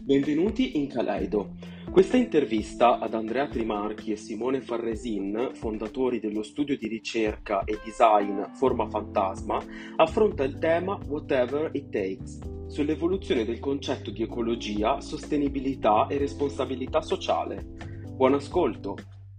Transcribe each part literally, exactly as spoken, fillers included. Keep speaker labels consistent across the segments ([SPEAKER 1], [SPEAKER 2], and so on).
[SPEAKER 1] Benvenuti in Kaleido. Questa intervista ad Andrea Trimarchi e Simone Farresin, fondatori dello studio di ricerca e design Forma Fantasma, affronta il tema Whatever It Takes, sull'evoluzione del concetto di ecologia, sostenibilità e responsabilità sociale. Buon ascolto!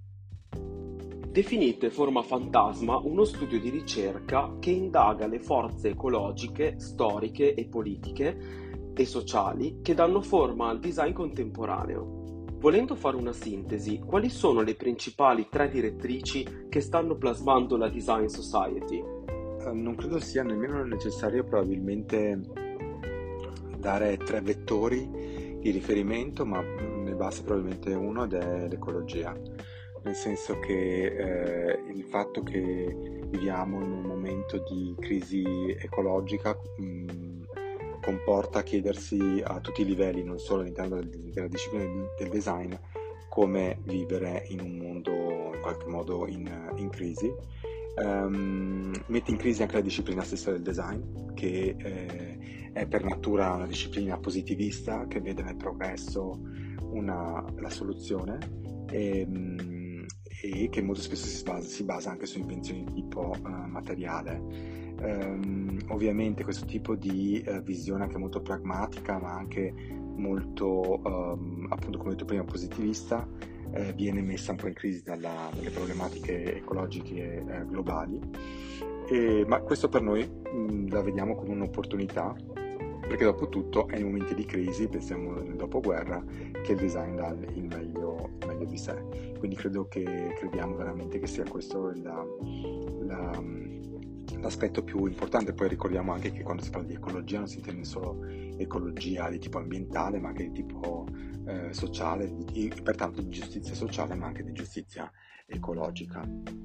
[SPEAKER 1] Definite Forma Fantasma uno studio di ricerca che indaga le forze ecologiche, storiche e politiche e sociali che danno forma al design contemporaneo. Volendo fare una sintesi, quali sono le principali tre direttrici che stanno plasmando la Design Society?
[SPEAKER 2] Eh, Non credo sia nemmeno necessario probabilmente dare tre vettori di riferimento, ma ne basta probabilmente uno ed è l'ecologia. Nel senso che eh, il fatto che viviamo in un momento di crisi ecologica mh, comporta chiedersi a tutti i livelli, non solo all'interno del- della disciplina del del design, come vivere in un mondo in qualche modo in, in crisi. Ehm, mette in crisi anche la disciplina stessa del design, che eh, è per natura una disciplina positivista che vede nel progresso una- la soluzione e, mm, e che molto spesso si basa, si basa anche su invenzioni di tipo eh, materiale. Ehm, ovviamente questo tipo di eh, visione anche molto pragmatica, ma anche molto, ehm, appunto come ho detto prima, positivista, eh, viene messa un po' in crisi dalla- dalle problematiche ecologiche eh, globali. E- ma questo per noi mh, la vediamo come un'opportunità, perché dopo tutto è in momenti di crisi, pensiamo nel dopoguerra, che il design dà il meglio, il meglio di sé. Quindi credo che crediamo veramente che sia questo la- la- l'aspetto più importante. Poi ricordiamo anche che quando si parla di ecologia non si intende solo ecologia di tipo ambientale, ma anche di tipo eh, sociale, di- e pertanto di giustizia sociale, ma anche di giustizia ecologica.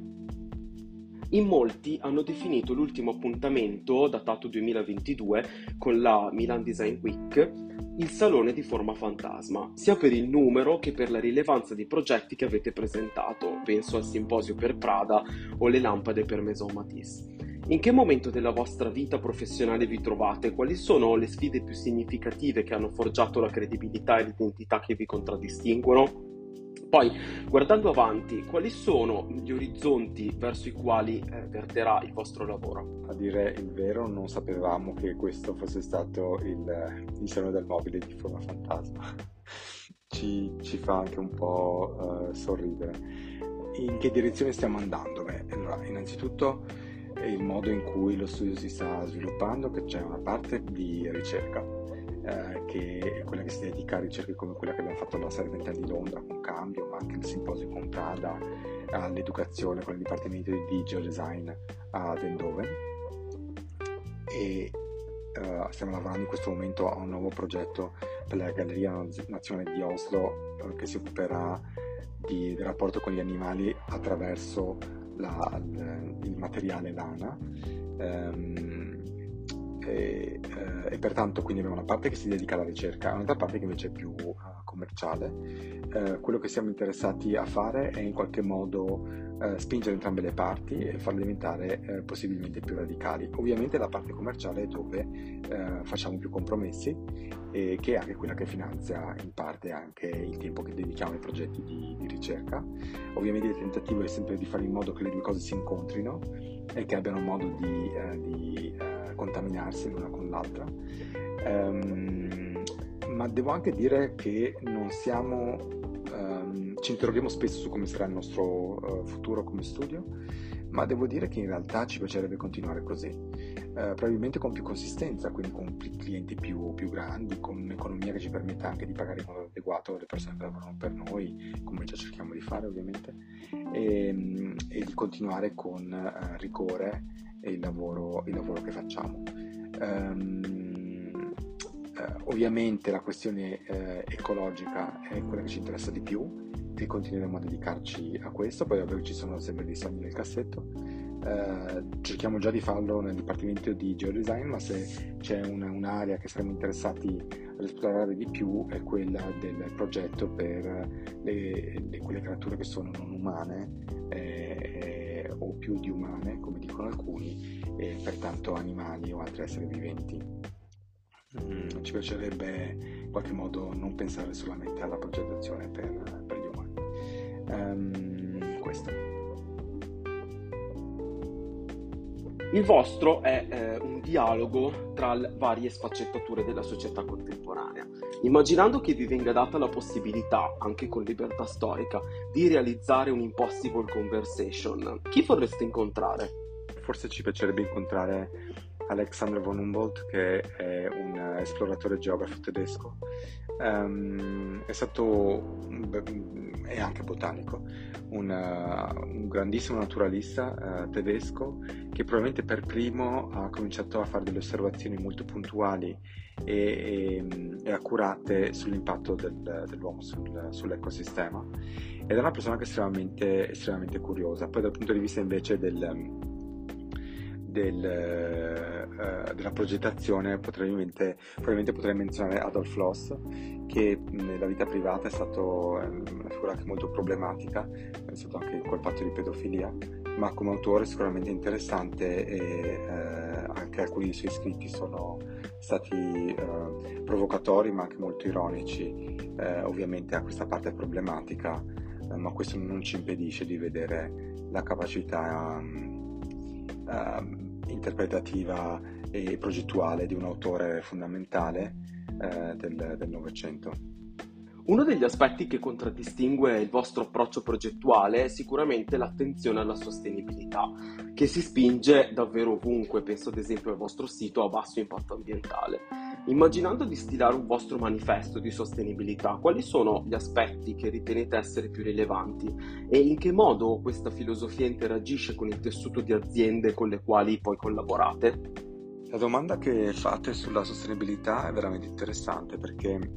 [SPEAKER 1] In molti hanno definito l'ultimo appuntamento, datato duemilaventidue, con la Milan Design Week, il salone di Forma Fantasma, sia per il numero che per la rilevanza dei progetti che avete presentato, penso al simposio per Prada o le lampade per Maison Matisse. In che momento della vostra vita professionale vi trovate? Quali sono le sfide più significative che hanno forgiato la credibilità e l'identità che vi contraddistinguono? Poi, guardando avanti, quali sono gli orizzonti verso i quali eh, verterà il vostro lavoro?
[SPEAKER 2] A dire il vero, non sapevamo che questo fosse stato il, il salone del mobile di Forma Fantasma. Ci, ci fa anche un po' eh, sorridere. In che direzione stiamo andando? Beh, allora, innanzitutto è il modo in cui lo studio si sta sviluppando, che c'è una parte di ricerca, eh, che è quella che si dedica a ricerche come quella che abbiamo fatto alla Sala Vent'anni di Londra con Cambio, ma anche il simposio con Prada, all'educazione con il Dipartimento di Geodesign ad Eindhoven. E eh, stiamo lavorando in questo momento a un nuovo progetto per la Galleria Naz- Nazionale di Oslo, eh, che si occuperà di- del rapporto con gli animali attraverso la- il, il materiale lana. Ehm, e, eh, e pertanto quindi abbiamo una parte che si dedica alla ricerca e un'altra parte che invece è più eh, commerciale. Eh, quello che siamo interessati a fare è in qualche modo eh, spingere entrambe le parti e farle diventare eh, possibilmente più radicali. Ovviamente la parte commerciale è dove eh, facciamo più compromessi e che è anche quella che finanzia in parte anche il tempo che dedichiamo ai progetti di, di ricerca. Ovviamente il tentativo è sempre di fare in modo che le due cose si incontrino e che abbiano modo di, eh, di eh, contaminarsi l'una con l'altra. Ehm, ma devo anche dire che non siamo, ehm, ci interroghiamo spesso su come sarà il nostro eh, futuro come studio, ma devo dire che in realtà ci piacerebbe continuare così. Eh, probabilmente con più consistenza, quindi con pi- clienti più, più grandi, con un'economia che ci permetta anche di pagare in modo adeguato le persone che lavorano per noi, come già cerchiamo di fare ovviamente, e, e di continuare con eh, rigore il lavoro, il lavoro che facciamo. Ehm, eh, ovviamente la questione eh, ecologica è quella che ci interessa di più, che continueremo a dedicarci a questo, poi ovvio ci sono sempre dei sogni nel cassetto. Eh, cerchiamo già di farlo nel dipartimento di geodesign, ma se c'è una- un'area che saremmo interessati ad esplorare di più è quella del progetto per le, le- quelle creature che sono non umane eh, o più di umane, come dicono alcuni, e pertanto animali o altri esseri viventi. Mm, ci piacerebbe in qualche modo non pensare solamente alla progettazione per, per gli umani. Ehm, questo.
[SPEAKER 1] Il vostro è eh, un dialogo tra le varie sfaccettature della società contemporanea. Immaginando che vi venga data la possibilità, anche con libertà storica, di realizzare un impossible conversation, chi vorreste incontrare?
[SPEAKER 2] Forse ci piacerebbe incontrare Alexander von Humboldt, che è un esploratore geografo tedesco. Um, è stato un, è anche botanico, un, uh, un grandissimo naturalista uh, tedesco, che probabilmente per primo ha cominciato a fare delle osservazioni molto puntuali e, e, e accurate sull'impatto del, dell'uomo sul, sull'ecosistema, ed è una persona che è estremamente, estremamente curiosa. Poi dal punto di vista invece del Del, uh, della progettazione, probabilmente, probabilmente potrei menzionare Adolf Loos, che nella vita privata è stato um, una figura anche molto problematica, è stato anche incolpato di pedofilia, ma come autore sicuramente interessante, e uh, anche alcuni dei suoi scritti sono stati uh, provocatori ma anche molto ironici. Uh, ovviamente ha questa parte problematica, uh, ma questo non ci impedisce di vedere la capacità um, Uh, interpretativa e progettuale di un autore fondamentale uh, del, del Novecento.
[SPEAKER 1] Uno degli aspetti che contraddistingue il vostro approccio progettuale è sicuramente l'attenzione alla sostenibilità, che si spinge davvero ovunque, penso ad esempio al vostro sito a basso impatto ambientale. Immaginando di stilare un vostro manifesto di sostenibilità, quali sono gli aspetti che ritenete essere più rilevanti e in che modo questa filosofia interagisce con il tessuto di aziende con le quali poi collaborate?
[SPEAKER 2] La domanda che fate sulla sostenibilità è veramente interessante, perché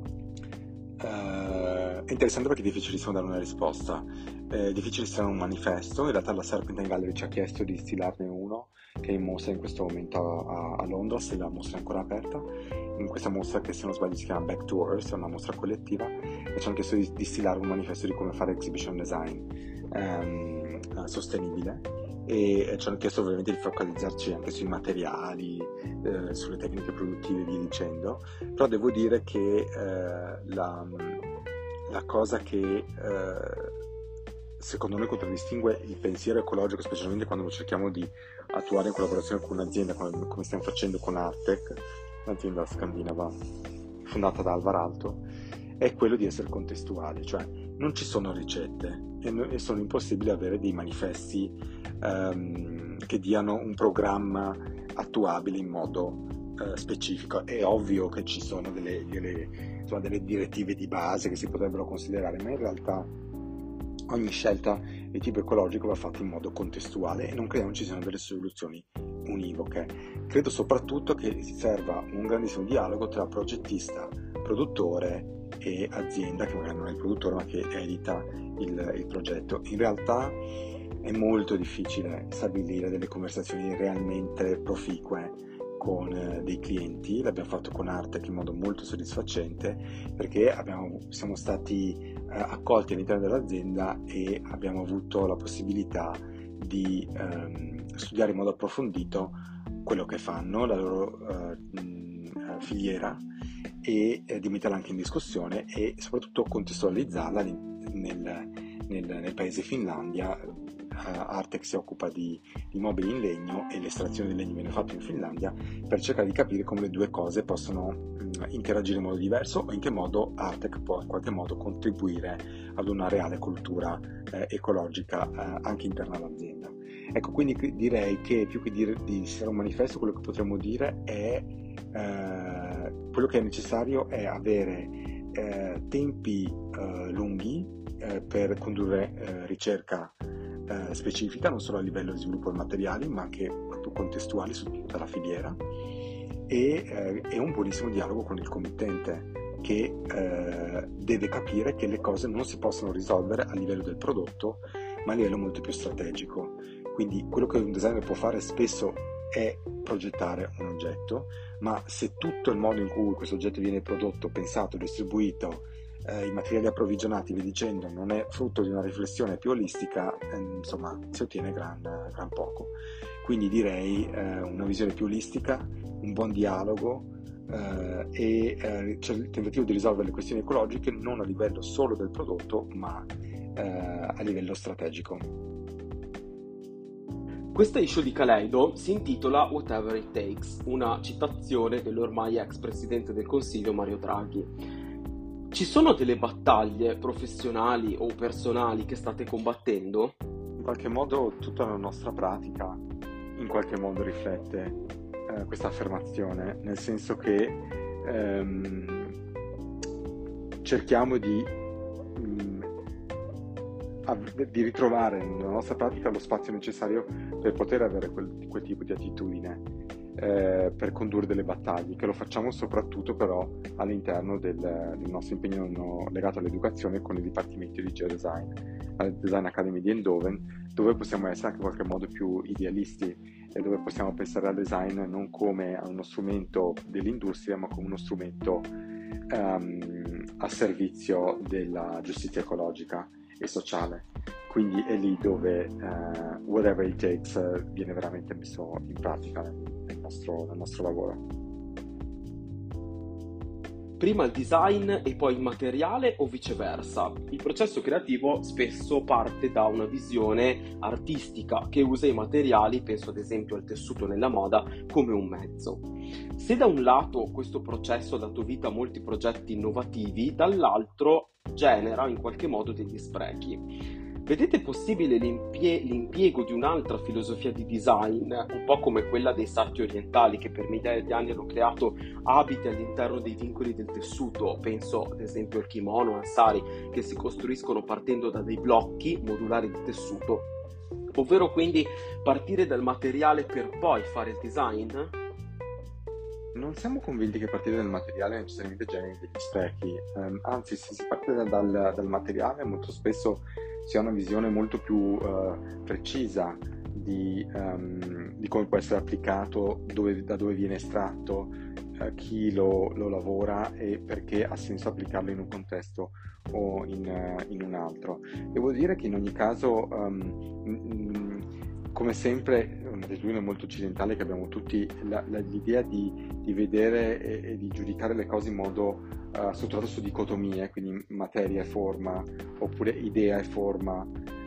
[SPEAKER 2] Uh, è interessante perché è difficilissimo dare una risposta, è difficile stilare un manifesto. In realtà la Serpentine Gallery ci ha chiesto di stilarne uno, che è in mostra in questo momento a, a Londra, se la mostra è ancora aperta. In questa mostra, che se non sbaglio si chiama Back to Earth, è una mostra collettiva, e ci hanno chiesto di, di stilare un manifesto di come fare exhibition design um, uh, sostenibile, e ci hanno chiesto ovviamente di focalizzarci anche sui materiali, eh, sulle tecniche produttive e via dicendo. Però devo dire che eh, la, la cosa che eh, secondo noi contraddistingue il pensiero ecologico, specialmente quando lo cerchiamo di attuare in collaborazione con un'azienda come, come stiamo facendo con Artec, un'azienda scandinava fondata da Alvar Aalto, è quello di essere contestuali, cioè non ci sono ricette e, no, e sono impossibili avere dei manifesti um, che diano un programma attuabile in modo uh, specifico. È ovvio che ci sono delle, delle, insomma, delle direttive di base che si potrebbero considerare, ma in realtà ogni scelta di tipo ecologico va fatta in modo contestuale e non crediamo ci siano delle soluzioni univoche. Credo soprattutto che si serva un grandissimo dialogo tra progettista, produttore e azienda, che magari non è il produttore ma che edita il, il progetto. In realtà è molto difficile stabilire delle conversazioni realmente proficue con eh, dei clienti. L'abbiamo fatto con Artec in modo molto soddisfacente, perché abbiamo, siamo stati eh, accolti all'interno dell'azienda e abbiamo avuto la possibilità di ehm, studiare in modo approfondito quello che fanno, la loro eh, mh, filiera, e eh, di metterla anche in discussione e soprattutto contestualizzarla nel, nel, nel paese Finlandia. Artec si occupa di, di mobili in legno e l'estrazione del legno viene fatta in Finlandia, per cercare di capire come le due cose possono mh, interagire in modo diverso, o in che modo Artec può in qualche modo contribuire ad una reale cultura eh, ecologica eh, anche interna all'azienda. Ecco, quindi direi che più che dire di essere un manifesto, quello che potremmo dire è eh, quello che è necessario è avere eh, tempi eh, lunghi eh, per condurre eh, ricerca Eh, specifica, non solo a livello di sviluppo dei materiali ma anche proprio contestuali su tutta la filiera, e, eh, e un buonissimo dialogo con il committente, che eh, deve capire che le cose non si possono risolvere a livello del prodotto ma a livello molto più strategico. Quindi quello che un designer può fare spesso è progettare un oggetto, ma se tutto il modo in cui questo oggetto viene prodotto, pensato, distribuito, Eh, i materiali approvvigionati, vi dicendo, non è frutto di una riflessione più olistica, eh, insomma si ottiene gran, gran poco. Quindi direi eh, una visione più olistica, un buon dialogo, eh, e eh, c'è il tentativo di risolvere le questioni ecologiche non a livello solo del prodotto, ma eh, a livello strategico.
[SPEAKER 1] Questa issue di Kaleido si intitola Whatever It Takes, una citazione dell'ormai ex presidente del Consiglio Mario Draghi. Ci sono delle battaglie professionali o personali che state combattendo?
[SPEAKER 2] In qualche modo tutta la nostra pratica in qualche modo riflette eh, questa affermazione, nel senso che ehm, cerchiamo di, mh, av- di ritrovare nella nostra pratica lo spazio necessario per poter avere quel, quel tipo di attitudine, eh, per condurre delle battaglie, che lo facciamo soprattutto però all'interno del, del nostro impegno no- legato all'educazione con il Dipartimento di Geodesign, al Design Academy di Eindhoven, dove possiamo essere anche in qualche modo più idealisti e dove possiamo pensare al design non come a uno strumento dell'industria, ma come uno strumento um, a servizio della giustizia ecologica e sociale. Quindi è lì dove uh, whatever it takes uh, viene veramente messo in pratica nel, nel, nostro, nel nostro lavoro.
[SPEAKER 1] Prima il design e poi il materiale o viceversa? Il processo creativo spesso parte da una visione artistica che usa i materiali, penso ad esempio al tessuto nella moda, come un mezzo. Se da un lato questo processo ha dato vita a molti progetti innovativi, dall'altro genera in qualche modo degli sprechi. Vedete possibile l'impie- l'impiego di un'altra filosofia di design, un po' come quella dei sarti orientali che per migliaia di anni hanno creato abiti all'interno dei vincoli del tessuto? Penso ad esempio al kimono, al sari, che si costruiscono partendo da dei blocchi modulari di tessuto, ovvero quindi partire dal materiale per poi fare il design?
[SPEAKER 2] Non siamo convinti che partire dal materiale necessariamente generi degli sprechi, ehm, anzi se si parte da- dal, dal materiale molto spesso si ha una visione molto più eh, precisa di, ehm, di come può essere applicato, dove- da dove viene estratto, eh, chi lo, lo lavora e perché ha senso applicarlo in un contesto o in, eh, in un altro. Devo dire che in ogni caso, ehm, mm, come sempre, un'attitudine molto occidentale che abbiamo tutti, la- la- l'idea di, di vedere e, e di giudicare le cose in modo eh, strutturato su dicotomie, quindi materia e forma, oppure idea e forma,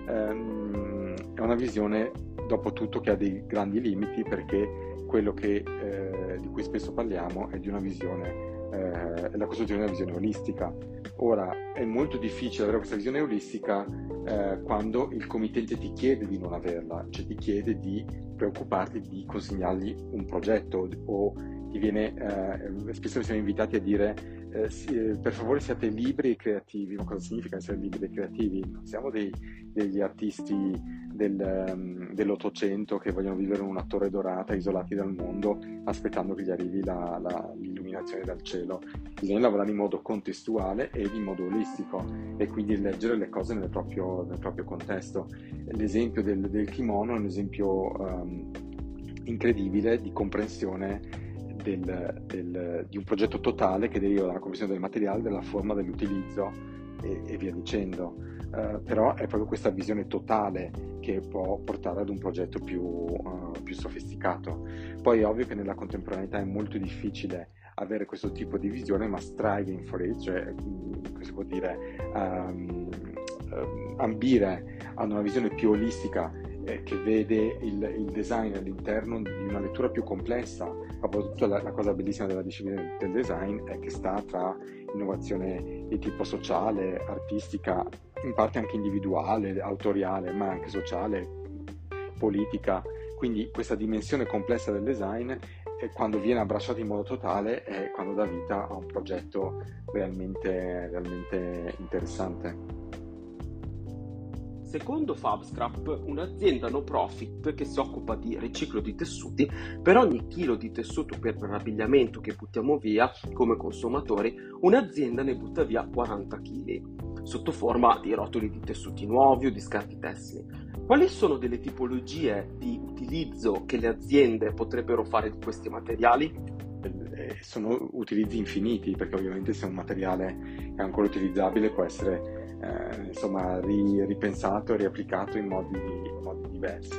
[SPEAKER 2] ehm, è una visione dopo tutto che ha dei grandi limiti, perché quello che, eh, di cui spesso parliamo è di una visione, eh, è la costruzione di una visione olistica. Ora, è molto difficile avere questa visione olistica eh, quando il committente ti chiede di non averla, cioè ti chiede di preoccuparti di consegnargli un progetto o ti viene, eh, spesso siamo invitati a dire eh, sì, eh, per favore siate liberi e creativi. Ma cosa significa essere liberi e creativi? Non siamo dei, degli artisti del, um, dell'Ottocento che vogliono vivere in una torre dorata isolati dal mondo aspettando che gli arrivi la, la, l'illuminazione dal cielo. Bisogna lavorare in modo contestuale ed in modo olistico e quindi leggere le cose nel proprio, nel proprio contesto. L'esempio del, del kimono è un esempio um, incredibile di comprensione Del, del, di un progetto totale che deriva dalla comprensione del materiale, della forma, dell'utilizzo e, e via dicendo. Uh, però è proprio questa visione totale che può portare ad un progetto più, uh, più sofisticato. Poi è ovvio che nella contemporaneità è molto difficile avere questo tipo di visione, ma striving for it, cioè come si può dire, um, um, ambire ad una visione più olistica eh, che vede il, il design all'interno di una lettura più complessa. Ma soprattutto la, la cosa bellissima della disciplina del design è che sta tra innovazione di tipo sociale, artistica, in parte anche individuale, autoriale, ma anche sociale, politica. Quindi questa dimensione complessa del design, eh, quando viene abbracciata in modo totale, è quando dà vita a un progetto realmente, realmente interessante.
[SPEAKER 1] Secondo Fabscrap, un'azienda no profit che si occupa di riciclo di tessuti, per ogni chilo di tessuto per abbigliamento che buttiamo via come consumatori, un'azienda ne butta via quaranta chili, sotto forma di rotoli di tessuti nuovi o di scarti tessili. Quali sono delle tipologie di utilizzo che le aziende potrebbero fare di questi materiali?
[SPEAKER 2] Sono utilizzi infiniti, perché ovviamente se un materiale è ancora utilizzabile può essere eh, insomma ri, ripensato e riapplicato in modi, in modi diversi.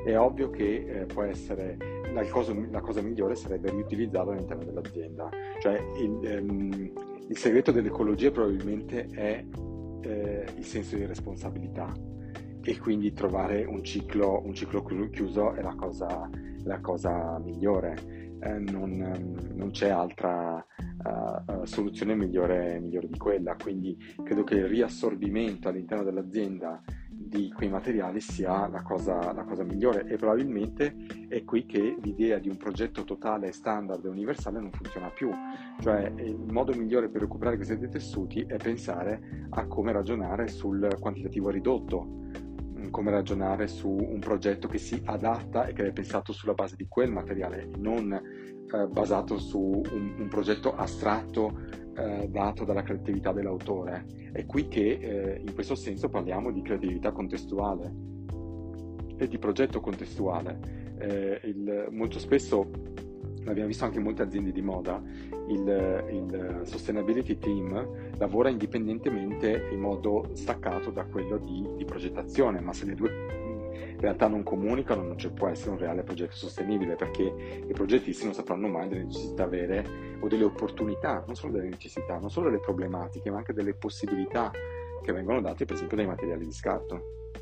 [SPEAKER 2] È ovvio che eh, può essere la cosa, la cosa migliore sarebbe riutilizzarlo all'interno dell'azienda. Cioè il, ehm, il segreto dell'ecologia probabilmente è eh, il senso di responsabilità, e quindi trovare un ciclo, un ciclo chiuso è la cosa, la cosa migliore. Eh, non, non c'è altra uh, soluzione migliore, migliore di quella. Quindi credo che il riassorbimento all'interno dell'azienda di quei materiali sia la cosa, la cosa migliore, e probabilmente è qui che l'idea di un progetto totale, standard e universale non funziona più. Cioè il modo migliore per recuperare questi tessuti è pensare a come ragionare sul quantitativo ridotto, come ragionare su un progetto che si adatta e che è pensato sulla base di quel materiale, non eh, basato su un, un progetto astratto eh, dato dalla creatività dell'autore. È qui che eh, in questo senso parliamo di creatività contestuale e di progetto contestuale. Eh, il, molto spesso, l'abbiamo visto anche in molte aziende di moda, il, il sustainability team lavora indipendentemente in modo staccato da quello di, di progettazione, ma se le due in realtà non comunicano non ci può essere un reale progetto sostenibile, perché i progettisti non sapranno mai delle necessità vere o delle opportunità, non solo delle necessità, non solo delle problematiche, ma anche delle possibilità che vengono date per esempio dai materiali di scarto.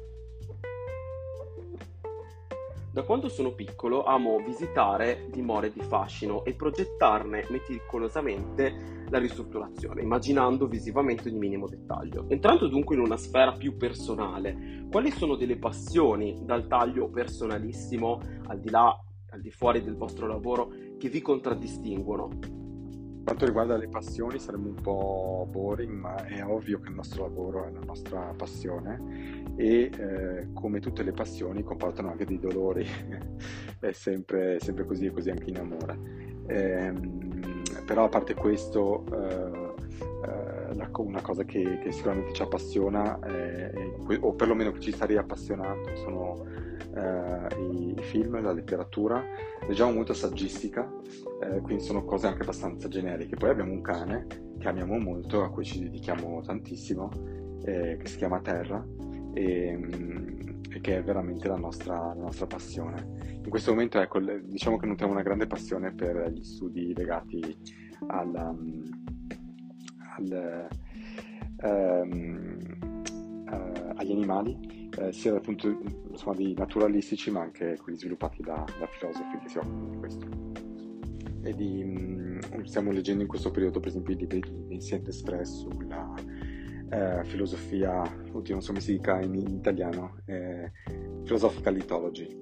[SPEAKER 1] Da quando sono piccolo amo visitare dimore di fascino e progettarne meticolosamente la ristrutturazione, immaginando visivamente ogni minimo dettaglio. Entrando dunque in una sfera più personale, quali sono delle passioni dal taglio personalissimo, al di là, al di fuori del vostro lavoro, che vi contraddistinguono?
[SPEAKER 2] Per quanto riguarda le passioni saremmo un po' boring, ma è ovvio che il nostro lavoro è la nostra passione, e eh, come tutte le passioni comportano anche dei dolori. È sempre, sempre così, e così anche in amore. Ehm, però a parte questo, eh, eh, la, una cosa che, che sicuramente ci appassiona, eh, è, o perlomeno che ci sta riappassionando, sono eh, i, i film, la letteratura. Leggiamo molta saggistica, eh, quindi sono cose anche abbastanza generiche. Poi abbiamo un cane che amiamo molto, a cui ci dedichiamo tantissimo, eh, che si chiama Terra, e, e che è veramente la nostra, la nostra passione. In questo momento, ecco, diciamo che nutriamo una grande passione per gli studi legati al, um, al, um, uh, agli animali, eh, sia dal punto insomma, di naturalistici, ma anche quelli sviluppati da, da filosofi che si occupano di questo. E di, um, stiamo leggendo in questo periodo per esempio i libri di Vincent Espress sulla eh, filosofia, oddio non so come si dica in, in italiano, eh, Philosophical Ethology.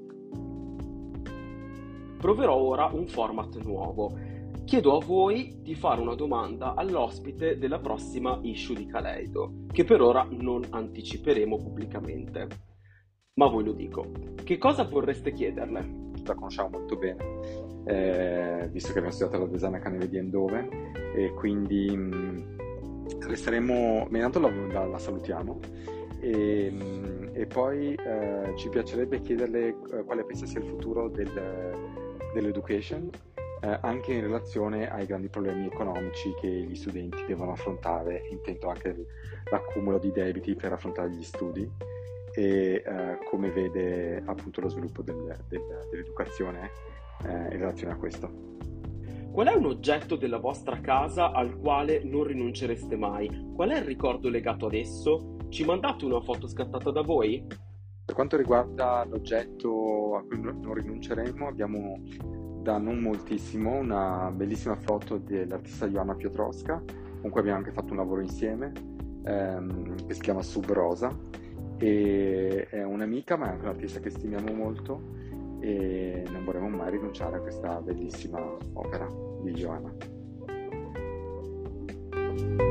[SPEAKER 1] Proverò ora un format nuovo. Chiedo a voi di fare una domanda all'ospite della prossima issue di Kaleido, che per ora non anticiperemo pubblicamente. Ma voi lo dico. Che cosa vorreste chiederle?
[SPEAKER 2] La conosciamo molto bene, eh, visto che abbiamo studiato la design a Caneve di Eindhoven, e quindi mh, resteremo, intanto la, la, la salutiamo, e, mh, e poi eh, ci piacerebbe chiederle eh, quale pensa sia il futuro del, dell'education, eh, anche in relazione ai grandi problemi economici che gli studenti devono affrontare, intendo anche l'accumulo di debiti per affrontare gli studi, e eh, come vede appunto lo sviluppo del, del, dell'educazione eh, in relazione a questo.
[SPEAKER 1] Qual è un oggetto della vostra casa al quale non rinuncereste mai? Qual è il ricordo legato ad esso? Ci mandate una foto scattata da voi?
[SPEAKER 2] Per quanto riguarda l'oggetto a cui non rinunceremo, abbiamo da non moltissimo una bellissima foto dell'artista Joanna Piotrowska, con cui abbiamo anche fatto un lavoro insieme, ehm, che si chiama Sub Rosa, e è un'amica ma è anche un'artista che stimiamo molto, e non vorremmo mai rinunciare a questa bellissima opera di Joanna.